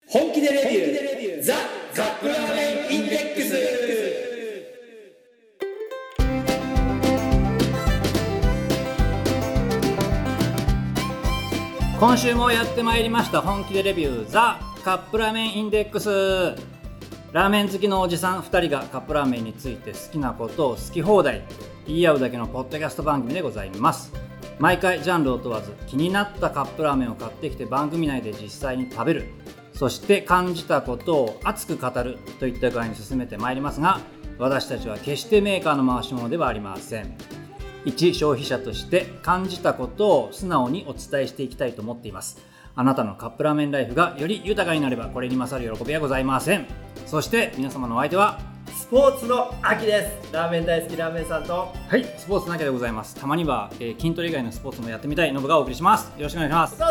本気でレビューザ・カップラーメンインデックス。 今週もやってまいりました本気でレビューザ・カップラーメンインデックス。ラーメン好きのおじさん2人がカップラーメンについて好きなことを好き放題言い合うだけのポッドキャスト番組でございます。毎回ジャンルを問わず気になったカップラーメンを買ってきて番組内で実際に食べる、そして感じたことを熱く語るといった具合に進めてまいりますが、私たちは決してメーカーの回し物ではありません。一消費者として感じたことを素直にお伝えしていきたいと思っています。あなたのカップラーメンライフがより豊かになればこれに勝る喜びはございません。そして皆様のお相手はスポーツの秋です。ラーメン大好きラーメンさんと、 はい、スポーツの秋でございます。たまには、筋トレ以外のスポーツもやってみたいノブがお送りします。よろしくお願いします。 はい、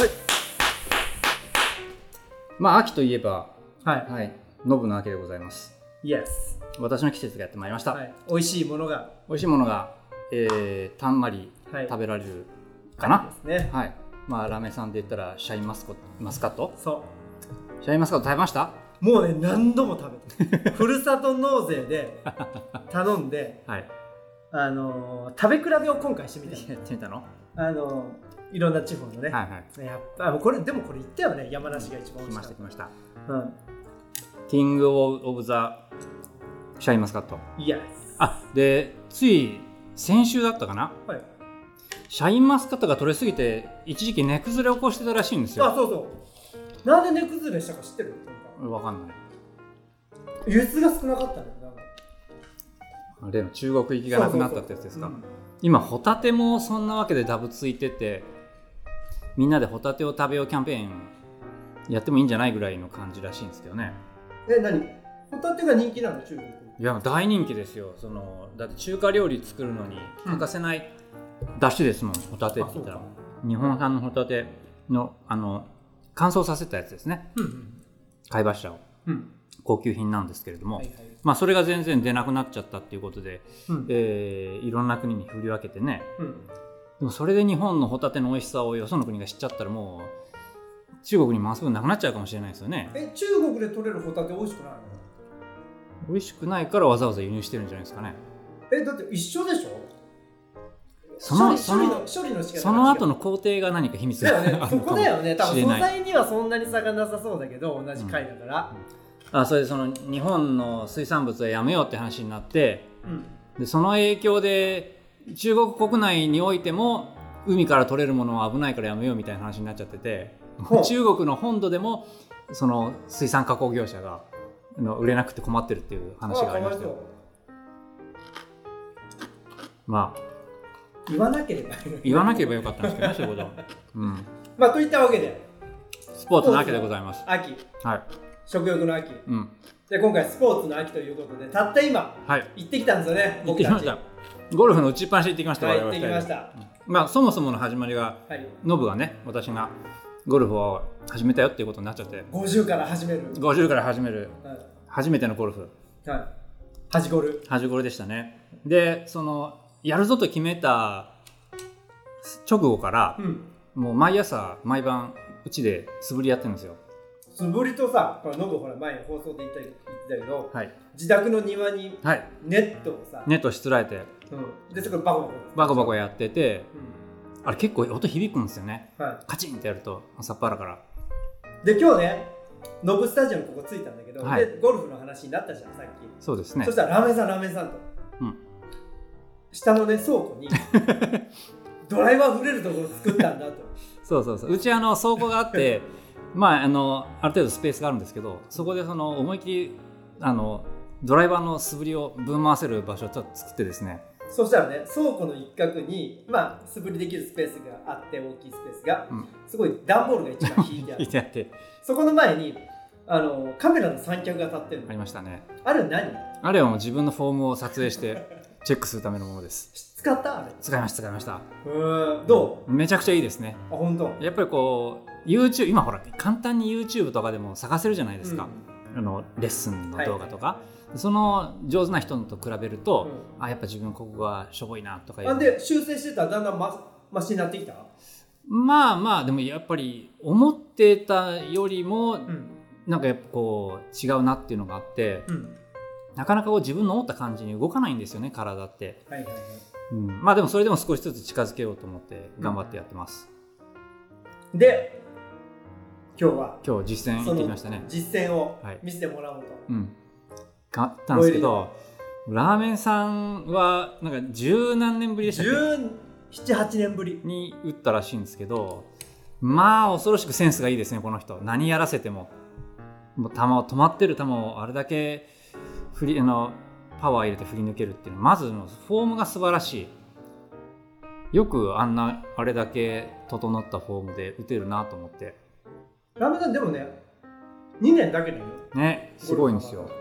まあ秋といえばはい、 ノブの秋でございます。 イエス。 私の季節がやってまいりました。 はい、美味しいものがたんまり食べられるかな、 ですね。 はい。まあラーメンさんで言ったらシャインマスカット。 そう。 シャインマスカット食べました？ もうね、何度も食べてふるさと納税で頼んで、 はい、 食べ比べを今回してみた。 やってみたの？ いろんな地方のね、 はいはい、 やっぱこれ言ったよね。山梨が一番美味しかった。 来ました、 うん、 キングオブザシャインマスカット。 イエス。 でつい先週だったかな、 はい、 シャインマスカットが取れすぎて一時期値崩れを起こしてたらしいんですよ。 そうそう。なんで値崩れしたか知ってる？ わかんない。 輸出が少なかったんだよ。 例の中国行きがなくなったってやつですか。今ホタテもそんなわけでダブついてて、みんなでホタテを食べようキャンペーンやってもいいんじゃないぐらいの感じらしいんですけどね。 何？ホタテが人気なの？中国？ いや大人気ですよ。だって中華料理作るのに欠かせない出汁ですもん、ホタテって言ったら。日本産のホタテの乾燥させたやつですね、貝柱を、高級品なんですけれども、まあそれが全然出なくなっちゃったっていうことで、いろんな国に振り分けてね、でもそれで日本のホタテの美味しさをよその国が知っちゃったらもう中国に回す分なくなっちゃうかもしれないですよね。 中国で取れるホタテ美味しくないの？ 美味しくないからわざわざ輸入してるんじゃないですかね。 だって一緒でしょ？ その後の工程が何か秘密があるのかもしれない。そこだよね。 多分素材にはそんなに差がなさそうだけど、同じ貝だから、 それで日本の水産物はやめようって話になって、でその影響で中国国内においても海から取れるものは危ないからやめようみたいな話になっちゃってて、中国の本土でもその水産加工業者が売れなくて困ってるっていう話がありましたよ。まあ言わなければよかったんですけどね、そういうこと。 まあといったわけでスポーツの秋でございます。 秋、 はい、 食欲の秋、で今回スポーツの秋ということで、たった今、行ってきたんですよね。 僕たちゴルフの打ちっぱなし行ってきました。 行ってきました。 まあそもそもの始まりが、ノブがね、私がゴルフを始めたよっていうことになっちゃって、 50から始める、 初めてのゴルフ、 端ゴルでしたね。でやるぞと決めた直後から、もう毎朝毎晩うちで素振りやってるんですよ。 素振りとさ、ノブほら前放送で言ってたけど、自宅の庭にネットをさ、 ネットしつらえて、 でそこバコバコやってて、あれ結構音響くんですよね、カチンってやると朝っぱらから。で今日ね、ノブスタジオにここ着いたんだけど、でゴルフの話になったじゃんさっき。 そうですね。 そしたらラーメンさんと、下のね倉庫にドライバー振れるところを作ったんだと。そううち倉庫があってまあある程度スペースがあるんですけど、そこで思いっきりドライバーの素振りをぶん回せる場所をちょっと作ってですね。 そしたらね、倉庫の一角に素振りできるスペースがあって、大きいスペースが、すごい段ボールが一番引いてあってそこの前にカメラの三脚が立ってるのありましたね。 あれは何？ あれはもう自分のフォームを撮影してチェックするためのものです。 使った？あれ使いました。 どう？ めちゃくちゃいいですね。 本当？ やっぱりYouTube、今ほら簡単に YouTube とかでも探せるじゃないですか、レッスンの動画とか、その上手な人と比べると、やっぱ自分ここがしょぼいなとかで修正してたらだんだんマシになってきた？ まあでもやっぱり思ってたよりもなんかやっぱこう違うなっていうのがあって、なかなかこう自分の思った感じに動かないんですよね、体って。まあでもそれでも少しずつ近づけようと思って頑張ってやってます。 で今日実践行ってきましたね。 実践を見せてもらおうと、 買ったんですけど、ラーメンさんはなんか十何年ぶりでしたっけ ？17、8年ぶりに打ったらしいんですけど、まあ恐ろしくセンスがいいですね、この人。何やらせても球を止まってる球をあれだけパワー入れて振り抜けるっていうのは、まずのフォームが素晴らしい。よくあれだけ整ったフォームで打てるなと思って。 ラーメンさんでもね2年だけだよね、すごいんですよ。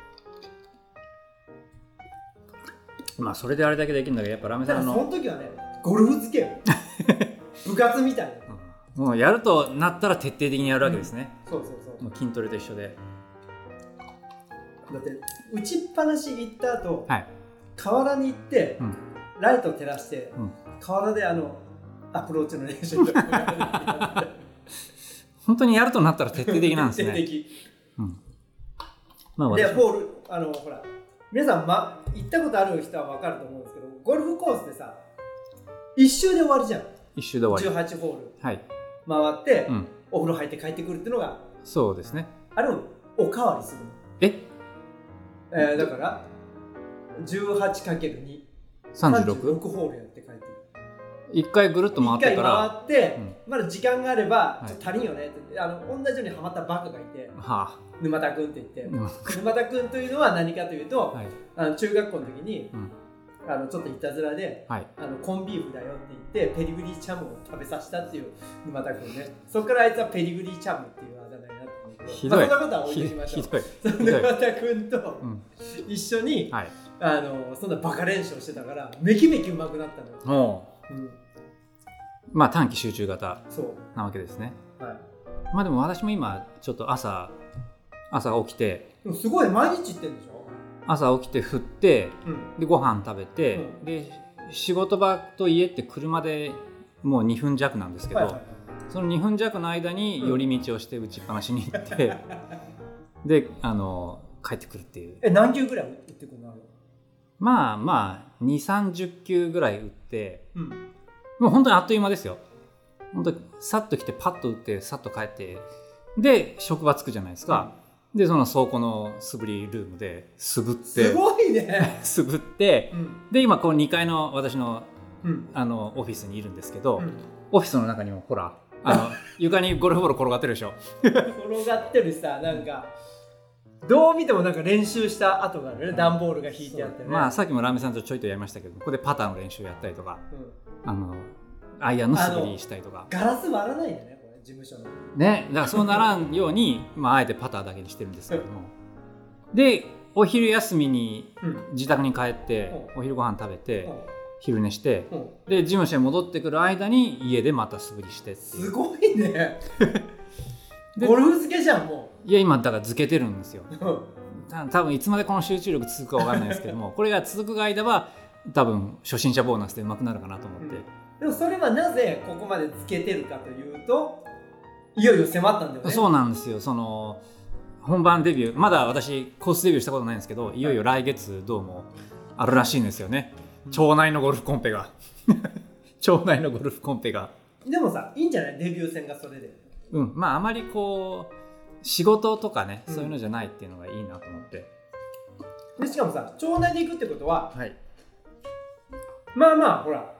まあそれであれだけできるんだけど、やっぱラーメンさんその時はねゴルフ漬けよ部活みたいな、もうやるとなったら徹底的にやるわけですね。 そうもう筋トレと一緒で。 だって打ちっぱなし行った後、河原に行って、ライト照らして、河原でアプローチの練習とか本当にやるとなったら徹底的なんですね。 徹底的。でボールほら皆さん、行ったことある人は分かると思うんですけど、ゴルフコースでさ一周で終わりじゃん。 一周で終わり。 18ホール回って、お風呂入って帰ってくるっていうのが、 そうですね。 あれをおかわりするの。だから 18×2 36ホールやって帰ってくる。 一回ぐるっと回ってから回って、まだ時間があればちょっと足りんよねって、同じようにハマったバカがいて、沼田くんって言って、沼田くんというのは何かというと、中学校の時に、ちょっといたずらで、コンビーフだよって言ってペディグリーチャムを食べさせたっていう沼田くんね。そこからあいつはペディグリーチャムっていうあだ名になってるんですけど、そんなことは置いてきましょう。沼田くんと一緒に、そんなバカ練習をしてたからめきめき上手くなったのよ。 まあ短期集中型なわけですね。まあでも私も今ちょっと朝起きて、 すごい毎日行ってんでしょ。 朝起きて振って、でご飯食べて、で仕事場と家って車でもう2分弱なんですけど、その2分弱の間に寄り道をして打ちっぱなしに行って、で帰ってくるっていう。 何球ぐらい打ってくるの？ まあ2、30球ぐらい打って、もう本当にあっという間ですよ。本当にさっと来てパッと打ってさっと帰って、で職場着くじゃないですか。でその倉庫の素振りルームで素振って、 すごいね素振って、で今こう2階の私の、オフィスにいるんですけど、オフィスの中にもほら床にゴルフボール転がってるでしょ。 転がってるさ、なんかどう見てもなんか練習した跡があるね。段ボールが引いてあってね。 まあさっきもラーメンさんとちょいとやりましたけど、ここでパターの練習やったりとか、アイアンの素振りしたりとか。 ガラス割らないんだね、これ事務所のね。だからそうならんようにあえてパターだけにしてるんですけども、でお昼休みに自宅に帰って、お昼ご飯食べて、昼寝して、で事務所に戻ってくる間に家でまた素振りしてっていう。 すごいねゴルフ漬けじゃん。もういや今だから漬けてるんですよ多分いつまでこの集中力続くか分かんないですけどもこれが続く間は多分初心者ボーナスで上手くなるかなと思って、 でもそれはなぜここまで漬けてるかというと、いよいよ迫ったんだよね。 そうなんですよ。その本番デビュー、まだ私コースデビューしたことないんですけど、いよいよ来月どうもあるらしいんですよね。町内のゴルフコンペが町内のゴルフコンペが。 でもさ、いいんじゃない、デビュー戦がそれで。 まああまりこう仕事とかね、そういうのじゃないっていうのがいいなと思って。 でしかもさ、町内で行くってことは、まあまあほら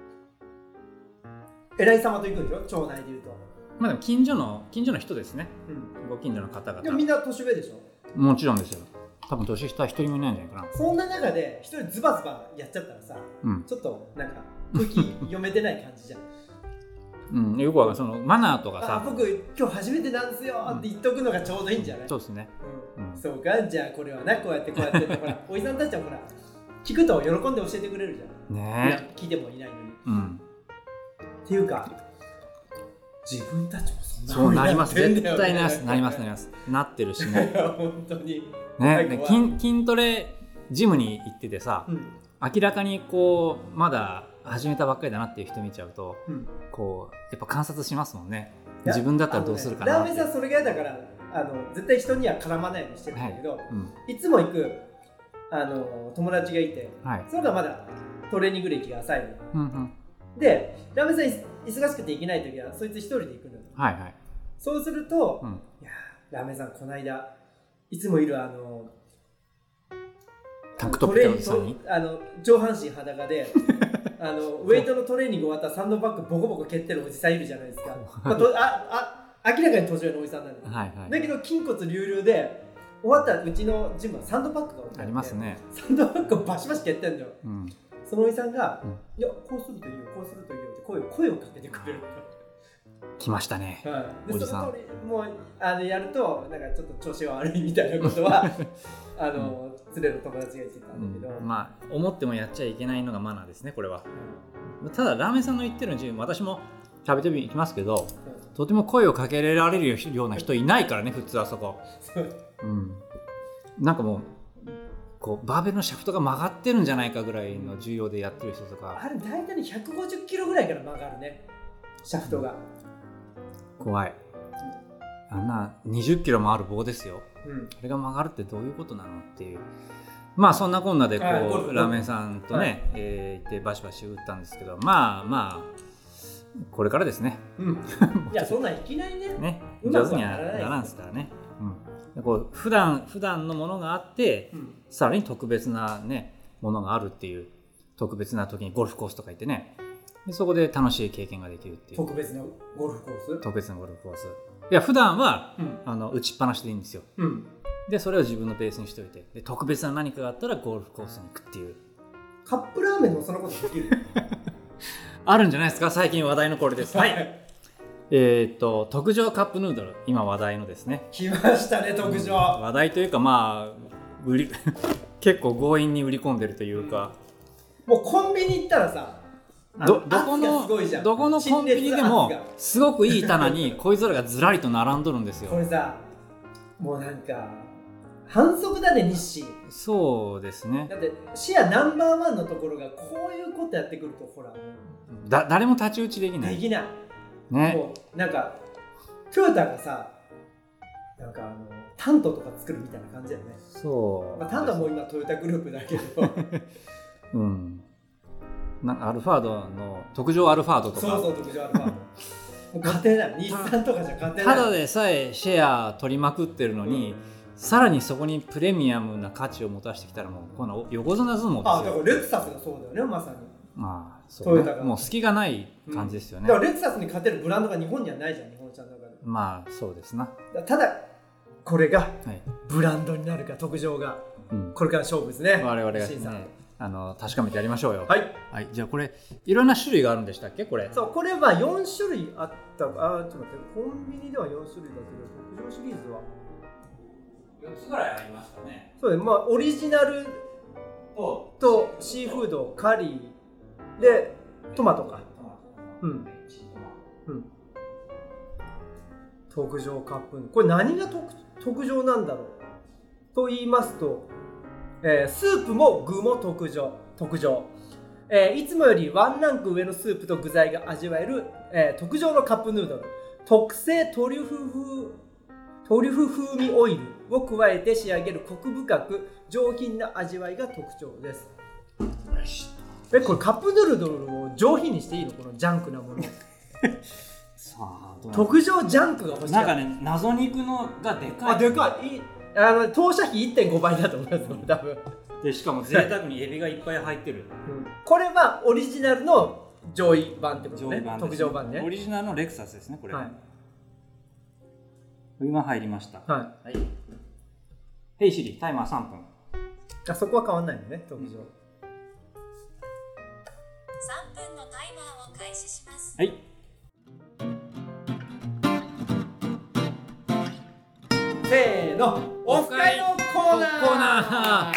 偉い様と行くんでしょ、町内でいうと。 まあでも近所の人ですね、ご近所の方々。 でもみんな年上でしょ。 もちろんですよ。多分年下は一人もいないんじゃないかな。 そんな中で一人ズバズバやっちゃったらさ、ちょっとなんか空気読めてない感じじゃんよくはそのマナーとかさ、 僕今日初めてなんですよって言っとくのがちょうどいいんじゃない？ そうですね。 そうか、じゃあこれはな、こうやってこうやってってほらおじさんたちはほら聞くと喜んで教えてくれるじゃんね。聞いてもいないのに。っていうか自分たちもそんなになってんだよね。絶対なりますなってるしね本当にね。筋トレジムに行っててさ、明らかにこうまだ始めたばっかりだなっていう人見ちゃうと、こうやっぱ観察しますもんね。自分だったらどうするかなって。 ラーメンさんそれが嫌だから絶対人には絡まないようにしてるんだけど、いつも行く友達がいて、それがまだトレーニング歴が浅いの、でラーメンさん忙しくて行けない時はそいつ一人で行くの、そうすると、いやラーメンさんこの間いつもいるタンクトップのさんに上半身裸でウェイトのトレーニング終わったらサンドバッグボコボコ蹴ってるおじさんいるじゃないですか明らかに年上のおじさんなんです、だけど筋骨隆々で終わったらうちのジムはサンドバッグが置いてあって、 ありますね、 サンドバッグをバシバシ蹴ってんだよ、そのおじさんが、いやこうするといいよこうするといいよって声をかけてくれる。 来ましたね、 でおじさん。その通りもうやるとなんかちょっと調子が悪いみたいなことは連れの友達が言ってたんだけど、 まあ思ってもやっちゃいけないのがマナーですねこれは、ただラーメンさんの言ってるの私も食べてみますけど、とても声をかけられるような人いないからね普通あそこ、なんかもうこうバーベルのシャフトが曲がってるんじゃないかぐらいの重量でやってる人とか、 あれ大体150キロぐらいから曲がるねシャフトが、 怖い。あんな20キロもある棒ですよ、あれが曲がるってどういうことなのっていう、まあそんなこんなでこうラーメンさんとね、行ってバシバシ打ったんですけど、まあこれからですね、 いやそんなんいきなりね上手にはならんすからね、こう普段のものがあって、さらに特別なねものがあるっていう、特別な時にゴルフコースとか行ってね、でそこで楽しい経験ができるっていう。 特別なゴルフコース？ 特別なゴルフコース。いや普段は、打ちっぱなしでいいんですよ、でそれを自分のベースにしておいて、で特別な何かがあったらゴルフコースに行くっていう。 カップラーメンもそのことできるあるんじゃないですか、最近話題のこれです。はい。特上カップヌードル、今話題のですね。 来ましたね特上、 話題というかまあ結構強引に売り込んでるというか、 もうコンビニ行ったらさ、 どこのコンビニでもすごくいい棚にこいつらがずらりと並んどるんですよ。 これさ、もうなんか反則だね日清。 そうですね。 だってシェアナンバーワンのところがこういうことやってくると、ほら誰も太刀打ちできない。 できないね。 もうなんかトヨタがさ、なんかタントとか作るみたいな感じだよね。 そう、 タントはもう今トヨタグループだけどなんかアルファードの特上アルファードとか、 そう特上アルファードもう勝てない、日産とかじゃ勝てない。 ただでさえシェア取りまくってるのに、さらにそこにプレミアムな価値を持たせてきたら、もうこの横綱相撲ですよ。 だからレクサスがそうだよね、まさに。 そうね、もう隙がない感じですよね、 だからレクサスに勝てるブランドが日本にはないじゃん、日本車の中で。 まあそうですな。 ただこれがブランドになるか、特上が、これから勝負ですね。 我々がですね、確かめてやりましょうよ。 はい、 じゃあこれいろんな種類があるんでしたっけ、これ。 そう、これは4種類あった。ちょっと待って、コンビニでは4種類だけど、特上シリーズは 4つぐらいありましたね。 そうです。まあオリジナルとシーフード、カリーでトマトか。特上カップ、これ何が特上なんだろうと言いますと、スープも具も特上、いつもよりワンランク上のスープと具材が味わえる、特上のカップヌードル、特製トリュフ風味オイルを加えて仕上げるコク深く上品な味わいが特徴です。これカップヌードルを上品にしていいの、このジャンクなものさあ特上ジャンクが欲しい。 なんかね、謎肉のがでかい。 でかい。当社費 1.5 倍だと思います、多分。 でしかも贅沢にエビがいっぱい入ってる、 これはオリジナルの上位版ってことね。特上版ね。 オリジナルのレクサスですね、これ。今入りました。ヘイシリ、タイマー3分。 そこは変わんないのね、特上。3 分のタイマーを開始します。 はい。 せーの、オフ会のコーナー。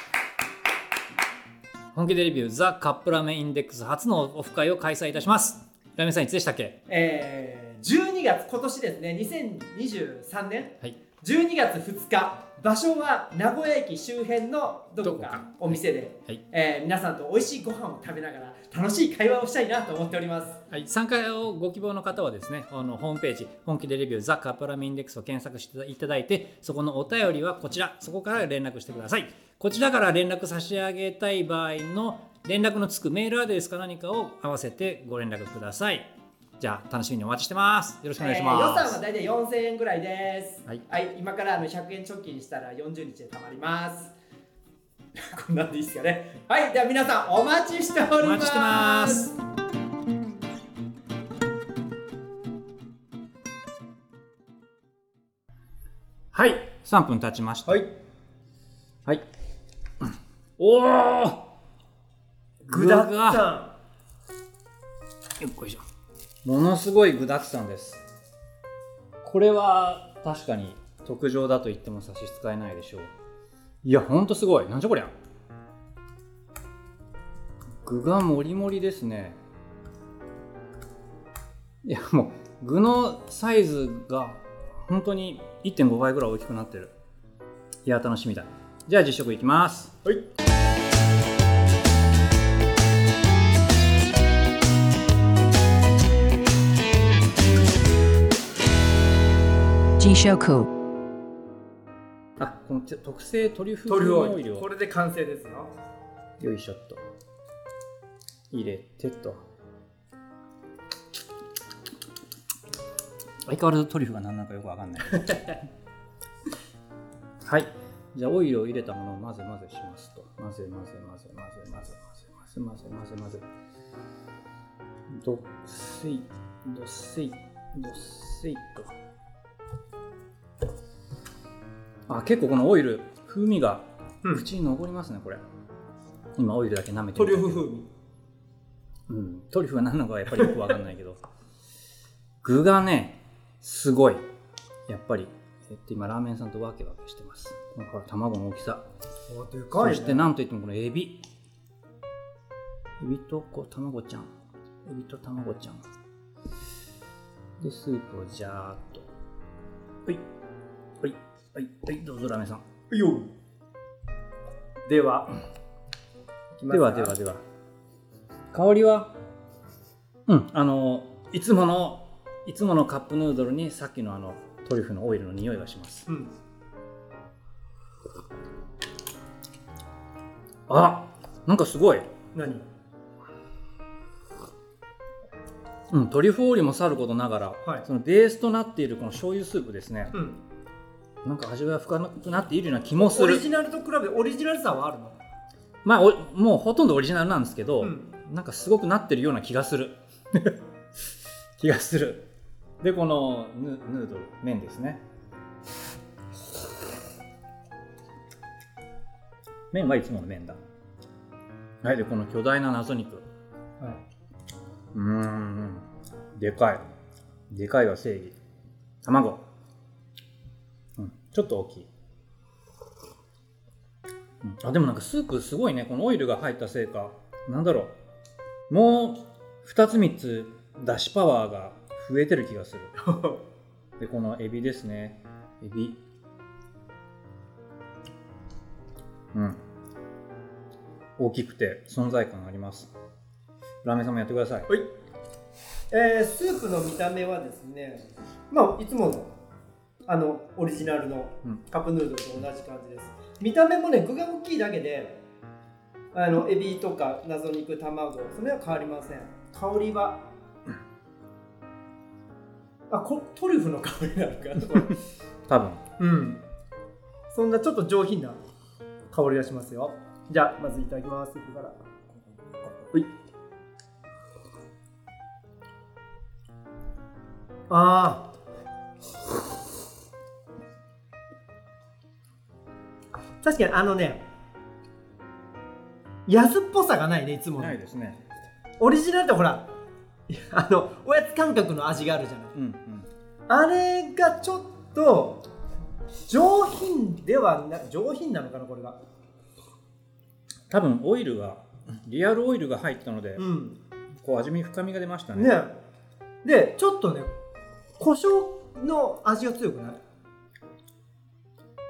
本気でレビューザ・カップラーメンインデックス初のオフ会を開催いたします。ラーメンさんいつでしたっけ？ 12月、今年ですね、2023年 12月2日、場所は名古屋駅周辺のどこかお店で、皆さんと美味しいご飯を食べながら楽しい会話をしたいなと思っております。 はい、参加をご希望の方はですね、ホームページ本気でレビューザ・カップラーメンインデックスを検索していただいて、そこのお便りはこちら、そこから連絡してください。こちらから連絡差し上げたい場合の連絡のつくメールアドレスか何かを合わせてご連絡ください。じゃあ楽しみにお待ちしてます。よろしくお願いします。 予算はだいたい4000円ぐらいです。はい、今から100円貯金したら40日で貯まります。こんなんでいいですかね。はい、では皆さんお待ちしております。お待ちしてます。 はい、3分経ちました。はい。はい。おお。 具だくさん。よっこいしょ。ものすごい具だくさんです。これは確かに特上だと言っても差し支えないでしょう。いや、ほんとすごい。なんじゃこりゃ。具がもりもりですね。いや、もう具のサイズが本当に 1.5 倍ぐらい大きくなってる。いや、楽しみだ。じゃあ実食いきます。はい。 G-Shoku。 あ、この特製トリュフオイルをこれで完成ですよ。 よいしょっと入れてと。相変わらずトリュフが何なのかよくわかんないはい、じゃあオイルを入れたものを混ぜ混ぜしますと。混ぜ混ぜ混ぜ混ぜ混ぜ混ぜ混ぜ混ぜ混ぜどっせいどっせいどっせいと。あ、結構このオイル風味が口に残りますね、これ。今オイルだけ舐めてる。トリュフ風味。 うん、トリュフは何なのかやっぱりよくわかんないけど具がねすごいやっぱり、今ラーメンさんとわけわけしてます。これ卵の大きさ。 でかいね。 そしてなんといってもこのエビと卵ちゃん。エビと卵ちゃんでスープをジャーっと。はいはいはいはい、どうぞラーメンさん。 はいよ。では香りはいつものカップヌードルにさっきのトリュフのオイルの匂いがします。あ、なんかすごい。 何？ トリュフオイルもさることながら、そのベースとなっているこの醤油スープですね。なんか味が深くなっているような気もする。 オリジナルと比べオリジナルさはあるの？ まあもうほとんどオリジナルなんですけど、なんかすごくなってるような気がする気がする。でこのヌードル麺ですね。麺はいつもの麺だ。はい。でこの巨大な謎肉、でかいが正義。卵、ちょっと大きい。あ、でもなんかスープすごいね。このオイルが入ったせいかなんだろう、もう2つ3つだしパワーが増えてる気がするでこのエビですね。エビ、大きくて存在感があります。ラーメンさんもやってください。 はい。スープの見た目はですね、まあいつものオリジナルのカップヌードルと同じ感じです。見た目もね、具が大きいだけでエビとか謎肉、卵、それは変わりません。香りはトリュフの香りなのかな多分。 そんなちょっと上品な香りがしますよ。じゃあまずいただきます。スープから。はい。確かに安っぽさがないね、いつもの。 ないですね。 オリジナルってほらおやつ感覚の味があるじゃない、あれがちょっと上品なのかな、これが。 多分オイルがリアルオイルが入ったので、こう味見深みが出ましたね。 でちょっとね、胡椒の味が強くない？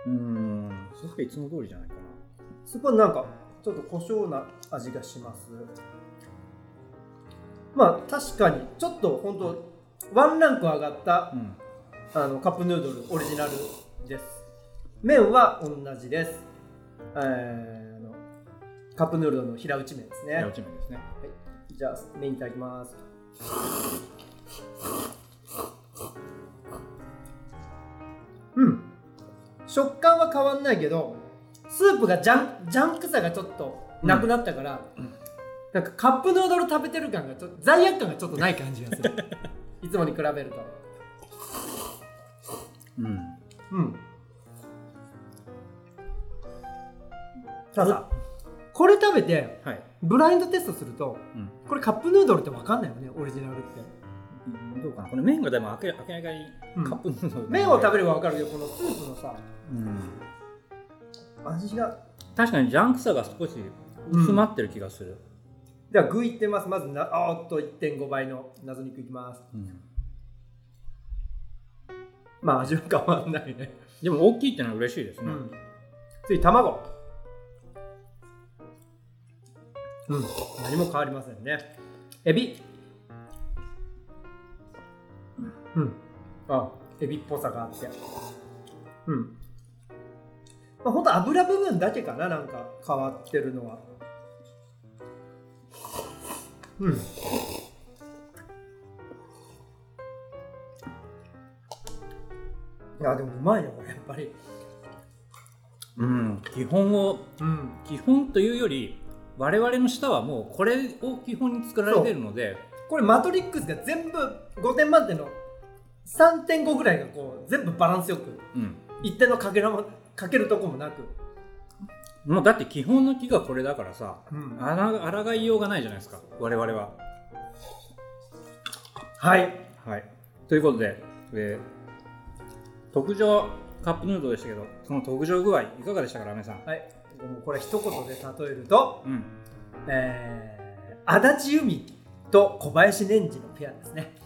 それいつも通りじゃないかな。 すごいなんかちょっと胡椒な味がします。まあ確かにちょっと本当ワンランク上がった、カップヌードルオリジナルです。麺は同じです。カップヌードルの平打ち麺ですね。 平打ち麺ですね。 はい、じゃあ麺いただきます。食感は変わんないけどスープがジャンクさがちょっとなくなったから、なんかカップヌードル食べてる感がちょっと罪悪感がちょっとない感じがするいつもに比べるとさあこれ食べて、ブラインドテストすると、これカップヌードルって分かんないよね、オリジナルって。 どうかな、これ麺がでも明らかにカップヌードル、 麺を食べれば分かるけど、このスープのさ、味が確かにジャンクさが少し薄まってる気がする。 では具いってます。まず1.5 倍の謎肉いきます。まあ味は変わんないね。 でも大きいってのは嬉しいですね。 次卵。何も変わりませんね。エビ。エビっぽさがあって。まあ、ほんと油部分だけかな、なんか変わってるのは。いやでもうまいねこれやっぱり。 基本というより我々の舌はもうこれを基本に作られているので、 これマトリックスが全部5点満点の 3.5 ぐらいがこう全部バランスよく、一点のかけるとこもなく、 もうだって基本の木がこれだからさ、抗いようがないじゃないですか我々は。 はい、 ということで、特上カップヌードルでしたけど、その特上具合いかがでしたか、ラメさん。 もうこれ一言で例えると、足立由美と小林年次のペアですね。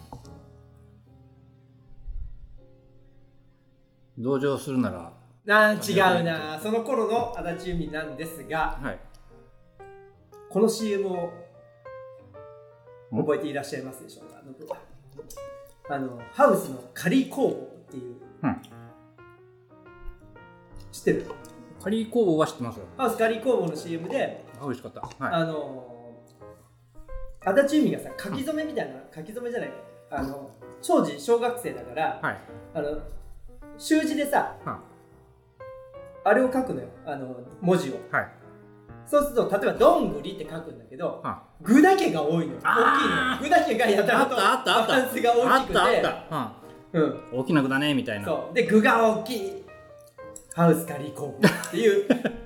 同情するなら違うな、その頃の足立由美なんですが、この CM を覚えていらっしゃいますでしょうか。ハウスのカリー工房っていう、知ってる？ カリー工房は知ってますよ。 ハウスカリー工房の CM で、 美味しかった。 足立由美がさ、書き初めみたいな、書き初めじゃない、当時小学生だから、習字でさ、あれを書くのよ、文字を。そうすると、例えばどんぐりって書くんだけど、具だけが多いのよ。大きいのよ。具だけがやたらとバランスが大きくて、 大きな具だねみたいな。 そうで、具が大きいハウスカリー工房っていう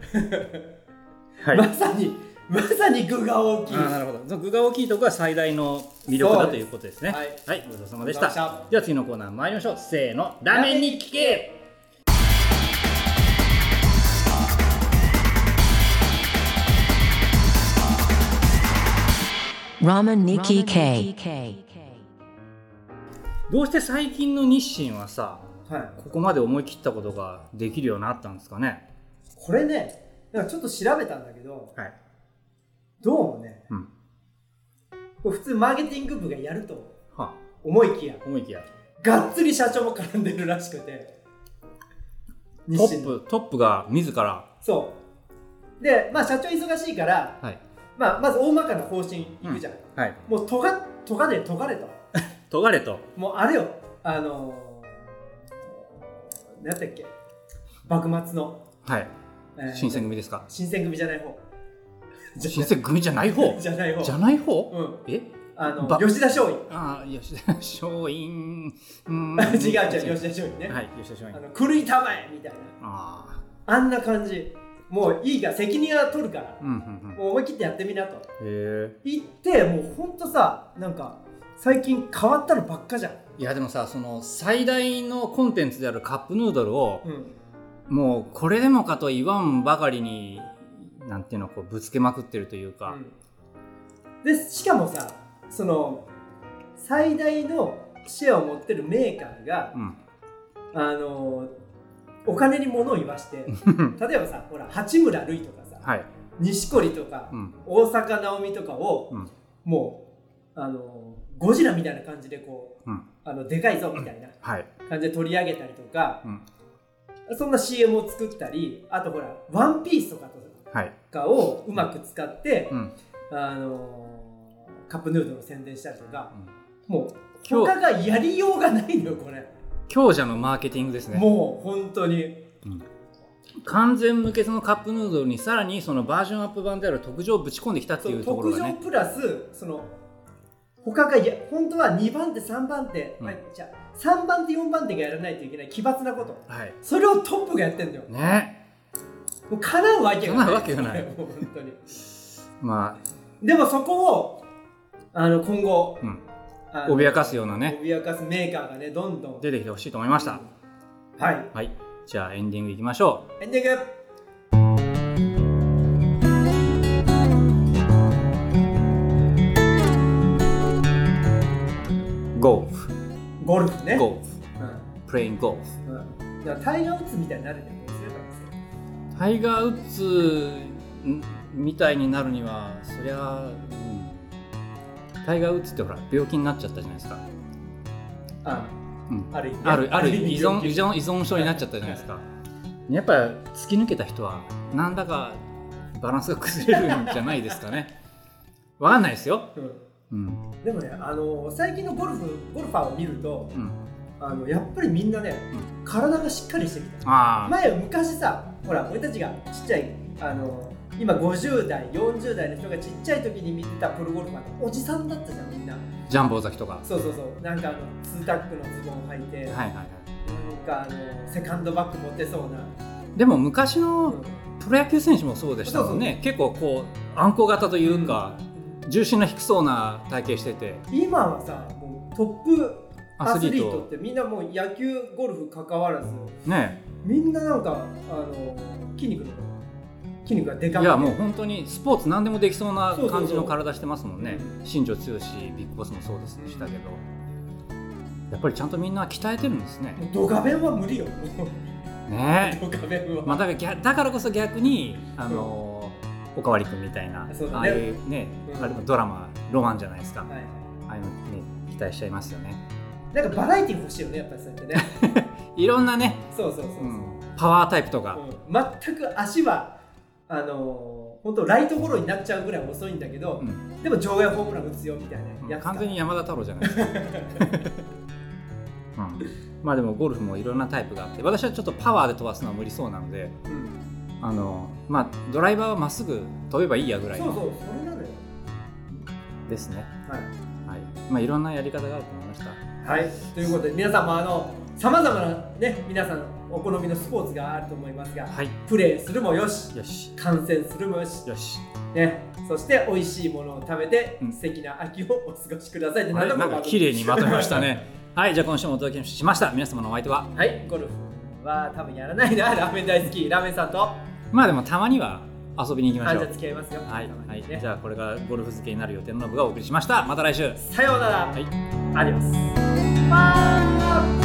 まさに具が大きい。 なるほど。その具が大きいところが最大の魅力だということですね。はい、ごちそうさまでした。では次のコーナー参りましょう。せーの、ラーメンに聞け。 ラーメンに聞け。 どうして最近の日清はさ、ここまで思い切ったことができるようになったんですかね。 これね、なんかちょっと調べたんだけど、どうもね、普通マーケティング部がやると思いきや、がっつり社長も絡んでるらしくて、 トップが自ら。 そうで、まあ社長忙しいから、まず大まかな方針いくじゃん。もうとがれともうあれよ、なんだっけ、幕末の、 新選組ですか。 新選組じゃない方。 新選組じゃない方じゃない方。 吉田松陰。 吉田松陰。 違う、吉田松陰ね。 吉田松陰。 狂いたまえみたいな。あんな感じ。もういいから責任は取るから、もう思い切ってやってみなと言って、もうほんとさ、なんか最近変わったのばっかじゃん。 いやでもさ、その最大のコンテンツであるカップヌードルを、もうこれでもかと言わんばかりになんていうの、こうぶつけまくってるというか、 でしかもさ、その最大のシェアを持ってるメーカーが、 お金に物を言わして例えばさほら八村塁とかさ、はい、錦織とか、大坂なおみとかを、もうゴジラみたいな感じでこう、でかいぞみたいな感じで取り上げたりとか、そんな CM を作ったり、あとほらワンピースとかをうまく使って、カップヌードルの宣伝したりとか、もう他がやりようがないのよこれ。 強者のマーケティングですね。 もう本当に、 完全無欠のカップヌードルにさらにそのバージョンアップ版である特上をぶち込んできたっていうところがね。 特上プラスその他が本当は2番手3番手、じゃあ3番手4番手がやらないといけない奇抜なこと、それをトップがやってんだよね。もう叶うわけがない。もう本当にまあでもそこを今後、 脅かすようなね、 脅かすメーカーがねどんどん出てきてほしいと思いました。はい、じゃあエンディングいきましょう。 エンディング。 ゴルフね。 プレインゴルフ。タイガー・ウッズみたいになるにはどうすればいいですか？ タイガー・ウッズみたいになるにはそりゃ、タイガー・ウッズってほら病気になっちゃったじゃないですか。ある依存症になっちゃったじゃないですか。やっぱ突き抜けた人はなんだかバランスが崩れるんじゃないですかね。わかんないですよ。 でもね、最近のゴルファーを見ると、やっぱりみんなね、体がしっかりしてきた。昔さ、ほら俺たちがちっちゃい今50代40代の人がちっちゃい時に見てたプロゴルファーっておじさんだったじゃんみんな。 ジャンボ尾崎とか。 そうなんか2タックのズボン履いて、なんかセカンドバッグ持ってそうな。 でも昔のプロ野球選手もそうでしたもんね。結構こうあんこ型というか、重心の低そうな体型してて、 今はさもうトップアスリートってみんなもう野球ゴルフ関わらず、みんななんか筋肉がでかくて、 いやもう本当にスポーツ何でもできそうな感じの体してますもんね。新庄剛志ビッグボスもそうでしたけど、やっぱりちゃんとみんな鍛えてるんですね。 ドカベンは無理よね。 ドカベンは、 だからこそ逆におかわりくんみたいな、ああいうね、あれもドラマロマンじゃないですか。ああいうのね期待しちゃいますよね。 なんかバラエティー欲しいよねやっぱりそうやってね。 いろんなね、パワータイプとか、 全く足は本当ライトゴロになっちゃうぐらい遅いんだけど、でも場外ホームラン打つよみたいなやつ。 完全に山田太郎じゃないですか。まあでもゴルフもいろんなタイプがあって、私はちょっとパワーで飛ばすのは無理そうなので、ドライバーはまっすぐ飛べばいいやぐらいの。 それなのよ。 ですね。いろんなやり方があると思いました。 ということで皆さんもさまざまなね、皆さんお好みのスポーツがあると思いますが、プレーするもよし、観戦するもよし、そして美味しいものを食べて、素敵な秋をお過ごしくださいって。 なんか綺麗にまとめましたね。じゃあ今週もお届けしました。皆様のお相手は、 ゴルフは多分やらないな、ラーメン大好きラーメンさんと、 でもたまには遊びに行きましょう。 じゃあ付き合いますよ。 じゃあこれがゴルフ漬けになる予定のノブがお送りしました。また来週。 さようなら。アディオス。